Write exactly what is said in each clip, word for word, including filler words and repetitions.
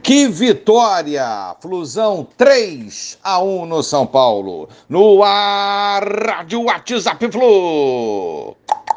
Que vitória! Flusão três a um no São Paulo. No ar, Rádio WhatsApp Flu.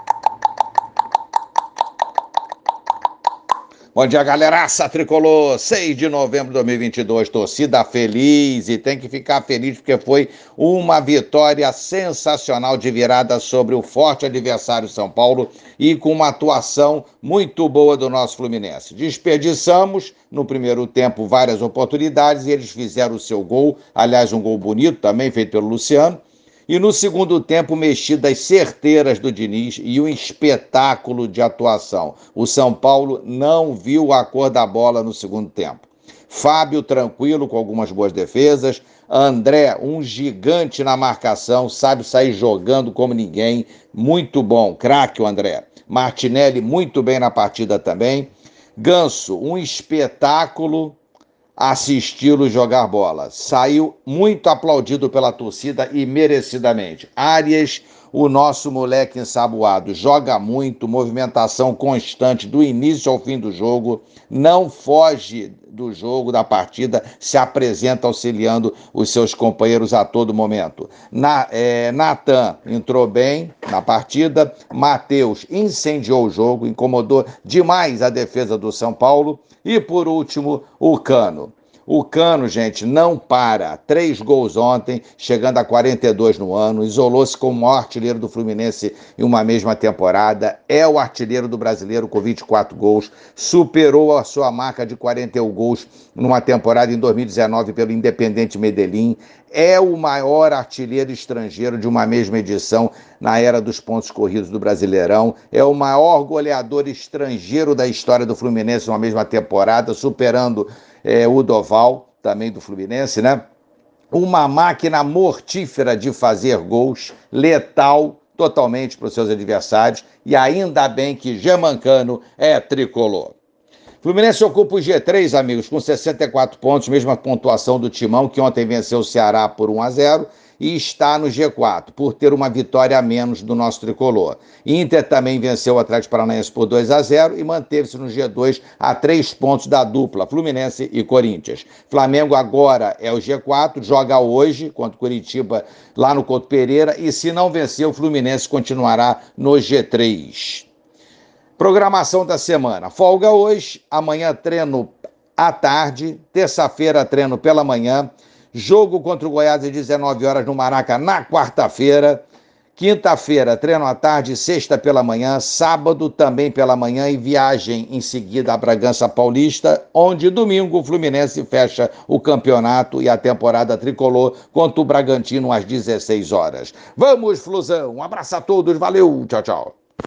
Bom dia, galeraça tricolor, seis de novembro de dois mil e vinte e dois, torcida feliz, e tem que ficar feliz porque foi uma vitória sensacional de virada sobre o forte adversário São Paulo e com uma atuação muito boa do nosso Fluminense. Desperdiçamos no primeiro tempo várias oportunidades e eles fizeram o seu gol, aliás um gol bonito também feito pelo Luciano. E no segundo tempo, mexidas certeiras do Diniz e um espetáculo de atuação. O São Paulo não viu a cor da bola no segundo tempo. Fábio tranquilo com algumas boas defesas. André, um gigante na marcação, sabe sair jogando como ninguém. Muito bom, craque o André. Martinelli muito bem na partida também. Ganso, um espetáculo. Assisti-lo jogar bola. Saiu muito aplaudido pela torcida e merecidamente. Arias, o nosso moleque ensaboado, joga muito, movimentação constante do início ao fim do jogo, não foge do jogo, da partida, se apresenta auxiliando os seus companheiros a todo momento. Na, é, Natan entrou bem na partida, Matheus incendiou o jogo, incomodou demais a defesa do São Paulo. E, por último, o Cano. O Cano, gente, não para. Três gols ontem, chegando a quarenta e dois no ano. Isolou-se como o maior artilheiro do Fluminense em uma mesma temporada. É o artilheiro do brasileiro com vinte e quatro gols. Superou a sua marca de quarenta e um gols numa temporada em dois mil e dezenove pelo Independente Medellín. É o maior artilheiro estrangeiro de uma mesma edição na era dos pontos corridos do Brasileirão. É o maior goleador estrangeiro da história do Fluminense numa mesma temporada, superando é, o Doval, também do Fluminense, né? Uma máquina mortífera de fazer gols, letal totalmente para os seus adversários, e ainda bem que Germancano é tricolor. Fluminense ocupa o G três, amigos, com sessenta e quatro pontos, mesma pontuação do Timão, que ontem venceu o Ceará por um a zero, e está no G quatro, por ter uma vitória a menos do nosso tricolor. Inter também venceu o Atlético Paranaense por dois a zero e manteve-se no G dois a três pontos da dupla, Fluminense e Corinthians. Flamengo agora é o G quatro, joga hoje contra o Curitiba lá no Couto Pereira, e se não vencer, o Fluminense continuará no G três. Programação da semana. Folga hoje, amanhã treino à tarde, terça-feira treino pela manhã, jogo contra o Goiás às dezenove horas no Maraca na quarta-feira, quinta-feira treino à tarde, sexta pela manhã, sábado também pela manhã e viagem em seguida a Bragança Paulista, onde domingo o Fluminense fecha o campeonato e a temporada tricolor contra o Bragantino às dezesseis horas. Vamos, Flusão! Um abraço a todos, valeu, tchau, tchau.